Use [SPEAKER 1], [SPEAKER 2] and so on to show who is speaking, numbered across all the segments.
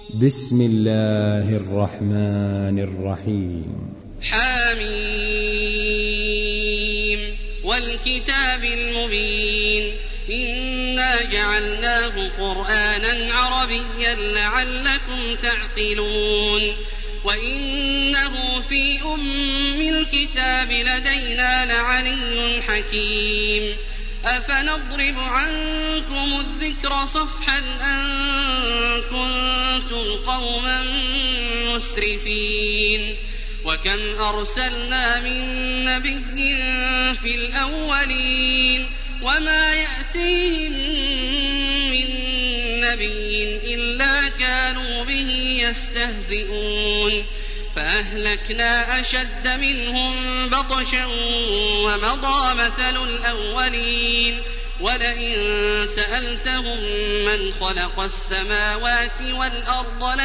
[SPEAKER 1] بسم الله الرحمن الرحيم.
[SPEAKER 2] حميم والكتاب المبين إنا جعلناه قرآنا عربيا لعلكم تعقلون وإنه في أم الكتاب لدينا لعلي حكيم أفنضرب عنكم الذكر صفحا أن كنتم قوما مسرفين وكم أرسلنا من نبي في الأولين وما يأتيهم من نبي إلا كانوا به يستهزئون فأهلكنا أشد منهم بطشا ومضى مثل الأولين ولئن سألتهم من خلق السماوات والأرض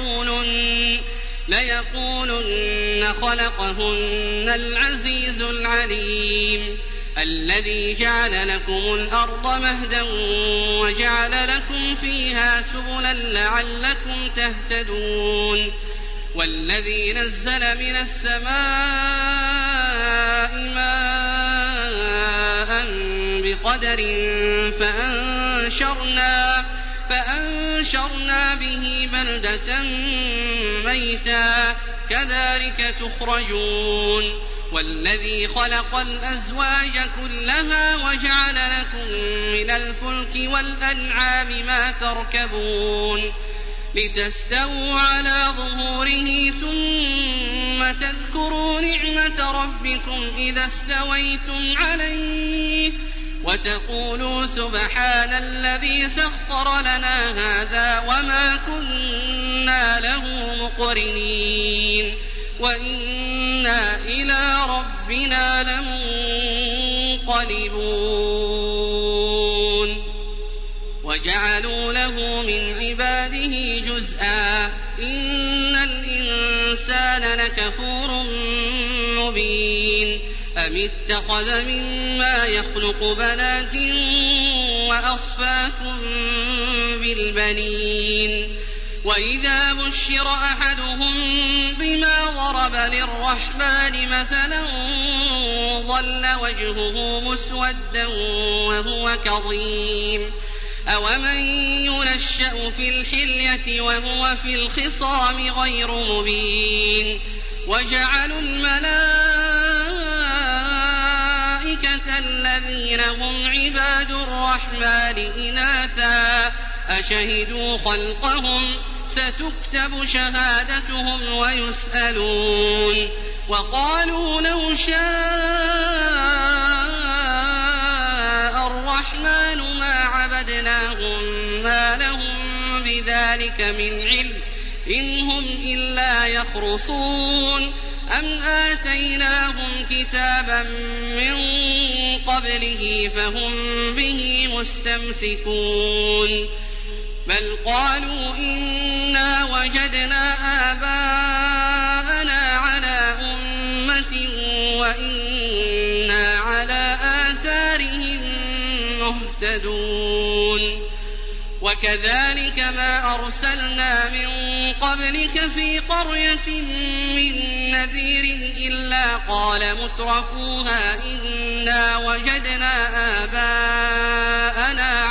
[SPEAKER 2] ليقولن خلقهن العزيز العليم الذي جعل لكم الأرض مهدا وجعل لكم فيها سبلا لعلكم تهتدون والذي نزل من السماء ماء بقدر فأنشرنا به بلدة ميتا كذلك تخرجون والذي خلق الأزواج كلها وجعل لكم من الفلك والأنعام ما تركبون لتستووا على ظهوره ثم تذكروا نعمة ربكم إذا استويتم عليه وتقولوا سبحان الذي سخر لنا هذا وما كنا له مقرنين وإنا إلى ربنا لمنقلبون وجعلوا له من عباده جزءا إن الإنسان لكفور مبين أم اتخذ مما يخلق بنات وأصفاكم بالبنين وإذا بشر أحدهم بما ضرب للرحمن مثلا ظل وجهه مسودا وهو كظيم أومن ينشأ في الحلية وهو في الخصام غير مبين وجعلوا الملائكة الذين هم عباد الرحمن إناثا أشهدوا خلقهم ستكتب شهادتهم ويسألون وقالوا لو شاء الرحمن ما عبدناهم ما لهم بذلك من علم إن هم إلا يخرصون أم آتيناهم كتابا من قبله فهم به مستمسكون بل قالوا إنا وجدنا آباءنا على أمة وإنا على آثارهم مهتدون وكذلك ما أرسلنا من قبلك في قرية من نذير إلا قال مترفوها إنا وجدنا آباءنا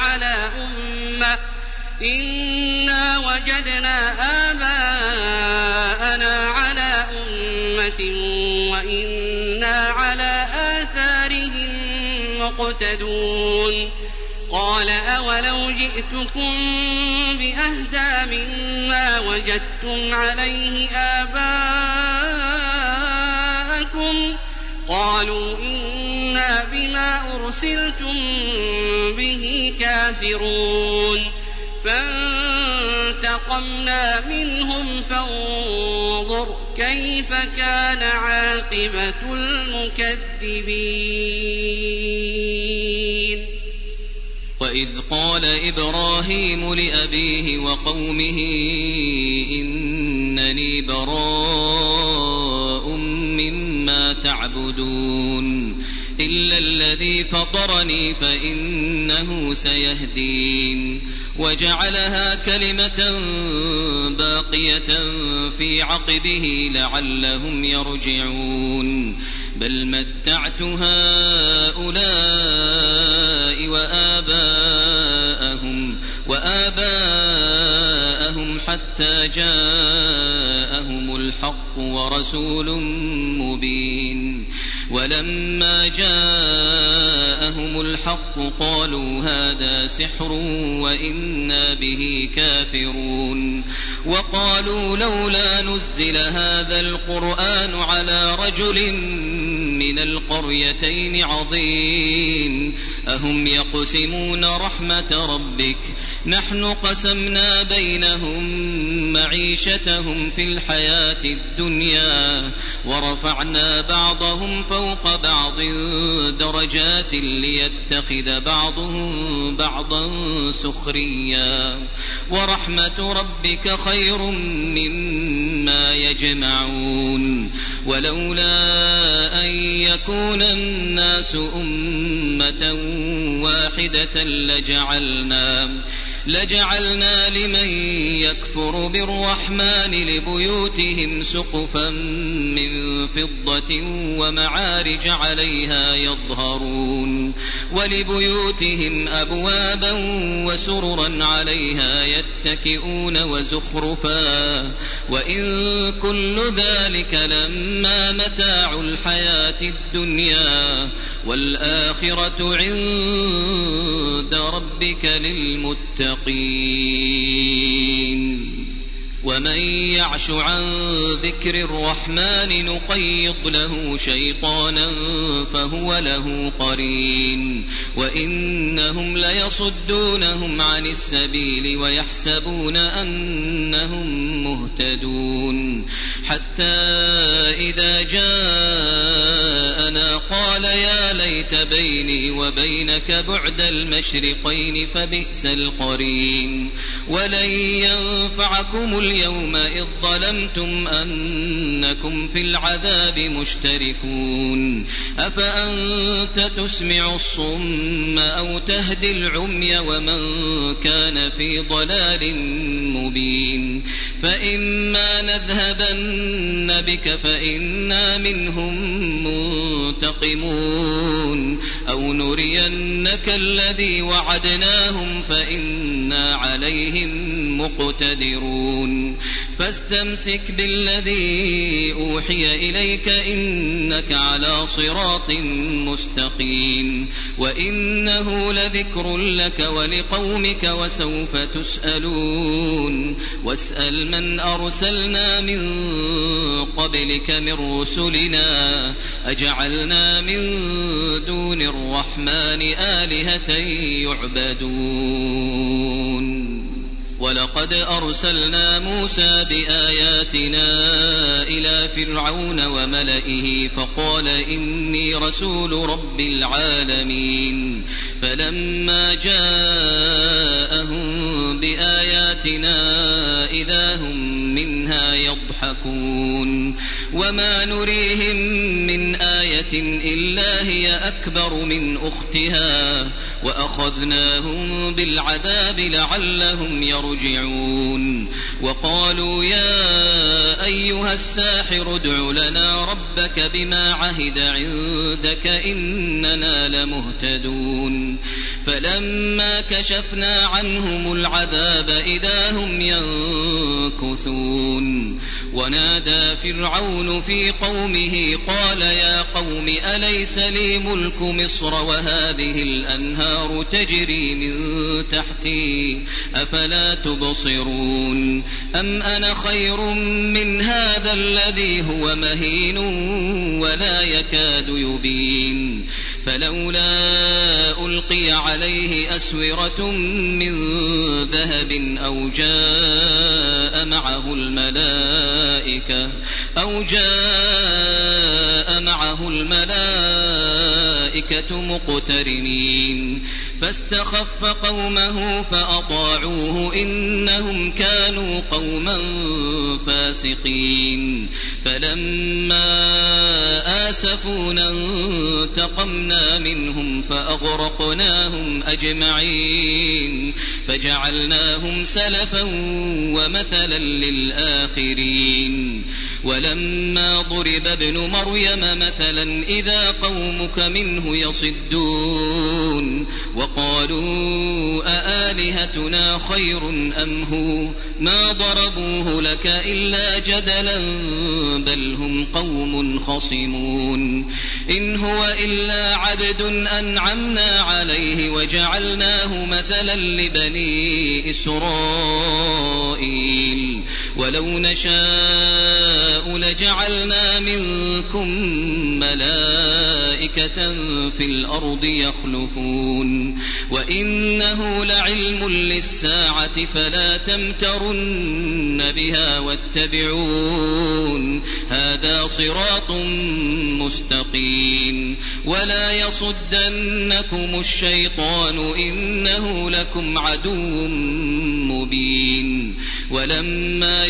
[SPEAKER 2] على أمة وإنا على آثارهم مقتدون قال أولو جئتكم بأهدى مما وجدتم عليه آباءكم قالوا إنا بما أرسلتم به كافرون فانتقمنا منهم فانظر كيف كان عاقبة المكذبين
[SPEAKER 3] وإذ قال إبراهيم لأبيه وقومه إنني براء مما تعبدون إلا الذي فطرني فإنه سيهدين وجعلها كلمة باقية في عقبه لعلهم يرجعون بل متعت هؤلاء وآباءهم حتى جاءهم الحق ورسول مبين ولما جاءهم الحق قالوا هذا سحر وإنا به كافرون وقالوا لولا نزل هذا القرآن على رجل من القريتين عظيم أهم يقسمون رحمة ربك نحن قسمنا بينهم معيشتهم في الحياة الدنيا ورفعنا بعضهم فوق بعض درجات ليتخذ بعضهم بعضا سخريا ورحمة ربك خير مما يجمعون ولولا أن يكون الناس أمة واحدة لجعلنا لمن يكفر بالرحمن لبيوتهم سقفا من فضة ومعارج عليها يظهرون ولبيوتهم أبوابا وسررا عليها يتكئون وزخرفا وإن كل ذلك لما متاع الحياة الدنيا والآخرة عند ربك للمتقين ومن يعش عن ذكر الرحمن نقيض له شيطانا فهو له قرين وإنهم ليصدونهم عن السبيل ويحسبون أنهم مهتدون حتى إذا جاءنا قال يا ليت بيني وبينك بعد المشرقين فبئس القرين ولن ينفعكم اليوم إذ ظلمتم أنكم في العذاب مشتركون أفأنت تسمع الصم أو تهدي العمي ومن كان في ضلال مبين فإما نذهبن بك فإنا منهم منتقمون أو نرينك الذي وعدناهم فإنا عليهم مقتدرون فاستمسك بالذي أوحي إليك إنك على صراط مستقيم وإنه لذكر لك ولقومك وسوف تسألون واسأل من أرسلنا من قبلك من رسلنا أجعلنا من دون الرحمن آلهة يعبدون ولقد أرسلنا موسى بآياتنا إلى فرعون وملئه فقال إني رسول رب العالمين فلما جاءهم بآياتنا إذا هم منها يضحكون وما نريهم من آية إلا هي أكبر من أختها وأخذناهم بالعذاب لعلهم يرجعون وقالوا يا أيها الساحر ادع لنا ربك بما عهد عندك إننا لمهتدون فلما كشفنا عنهم العذاب إذا هم ينكثون ونادى فرعون في قومه قال يا قوم أليس لي ملك مصر وهذه الأنهار تجري من تحتي أفلا تبصرون أم أنا خير من هذا الذي هو مهين ولا يكاد يبين فلولا ألقي عليه أسورة من ذهب أو جاء معه الملائكة والملائكة مقترنين فاستخف قومه فأطاعوه إنهم كانوا قوما فاسقين فلما آسفونا انتقمنا منهم فأغرقناهم أجمعين فجعلناهم سلفا ومثلا للآخرين ولما ضرب ابن مريم مثلا إذا قومك منه يصدون وقالوا أآلهتنا خير أم هو ما ضربوه لك إلا جدلا بل هم قوم خصمون إن هو إلا عبد أنعمنا عليه وجعلناه مثلا لبني إسرائيل ولو نشاء لجعلنا منكم ملائكة في الأرض يخلفون وإنه لعلم للساعة فلا تمترن بها واتبعون هذا صراط مستقيم ولا يصدنكم الشيطان إنه لكم عدو مبين ولما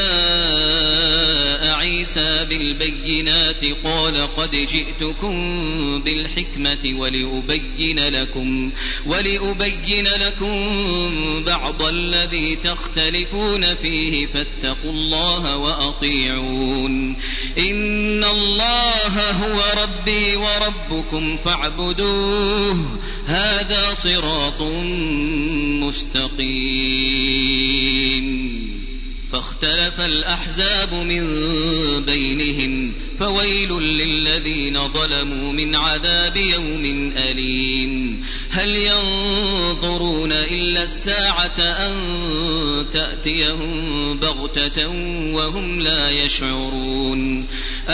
[SPEAKER 3] جاء عيسى بالبينات قال قد جئتكم بالحكمة ولأبين لكم بعض الذي تختلفون فيه فاتقوا الله وأطيعون إن الله هو ربي وربكم فاعبدوه هذا صراط مستقيم فاختلف الأحزاب من بينهم فويل للذين ظلموا من عذاب يوم أليم هل ينظرون إلا الساعة أن تأتيهم بغتة وهم لا يشعرون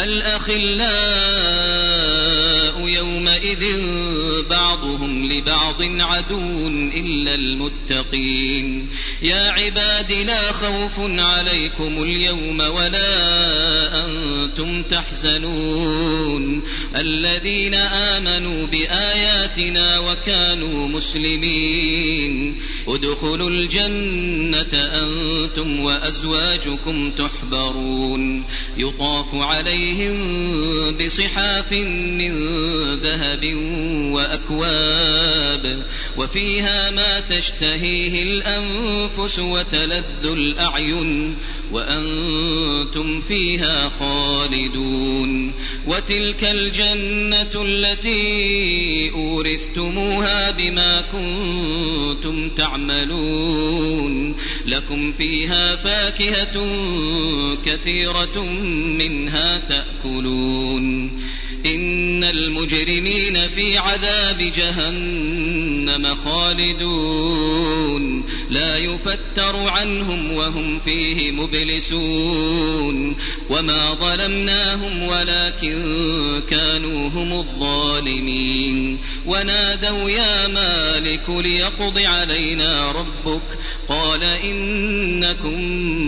[SPEAKER 3] الأخلاء يومئذ بعضهم لبعض عدو إلا المتقين يا عباد لا خوف عليكم اليوم ولا أنتم تحزنون الذين آمنوا بآياتنا وكانوا مسلمين ادخلوا الجنة أنتم وأزواجكم تحبرون يطاف عليهم بصحاف من ذهب وأكواب وفيها ما تشتهيه الأنفس وتلذ الأعين وأنتم فيها خالدون وتلك الجنة التي أورثتموها بما كنتم تعملون لكم فيها فاكهة كثيرة منها تأكلون إن المجرمين في عذاب جهنم خالدون لا يفتر عنهم وهم فيه مبلسون وما ظلمناهم ولكن كانوا هم الظالمين ونادوا يا مالك ليقض علينا ربك قال إنكم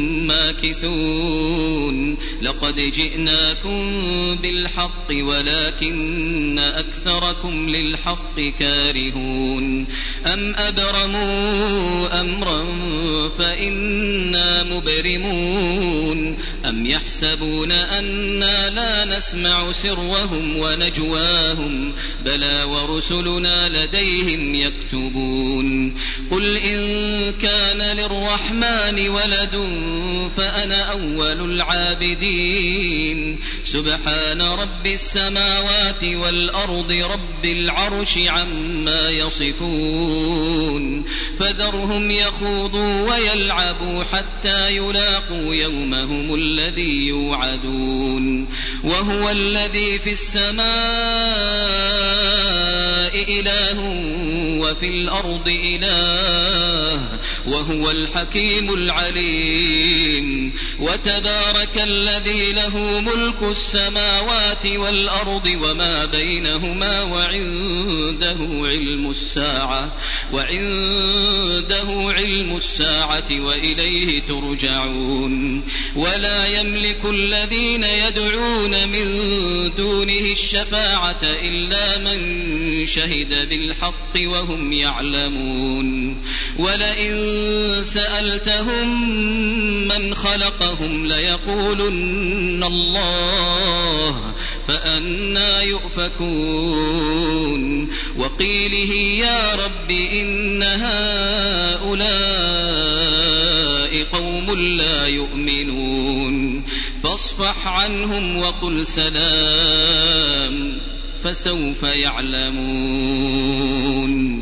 [SPEAKER 3] ماكثون لقد جئناكم بالحق ولكن أكثركم للحق كارهون أم أبرموا أمرا فإنا مبرمون أم يحسبون أنا لا نسمع سرهم ونجواهم بلى ورسلنا لديهم يكتبون قل إن كان للرحمن ولد فأنا أول العابدين سبحان رب السماوات والأرض رب العرش عما يصفون فذرهم يخوضوا ويلعبوا حتى يلاقوا يومهم الذي يوعدون وهو الذي في السماء إله وفي الأرض إله وهو الحكيم العليم وتبارك الذي له ملك السماوات والأرض وما بينهما وعنده علم الساعة وإليه ترجعون ولا يملك الذين يدعون من دونه الشفاعة إلا من شهد بالحق وهم يعلمون ولئن سألتهم من خلقهم ليقولن الله فأنى يؤفكون وقيله يا رب إن هؤلاء قوم لا يؤمنون فاصفح عنهم وقل سلام فسوف يعلمون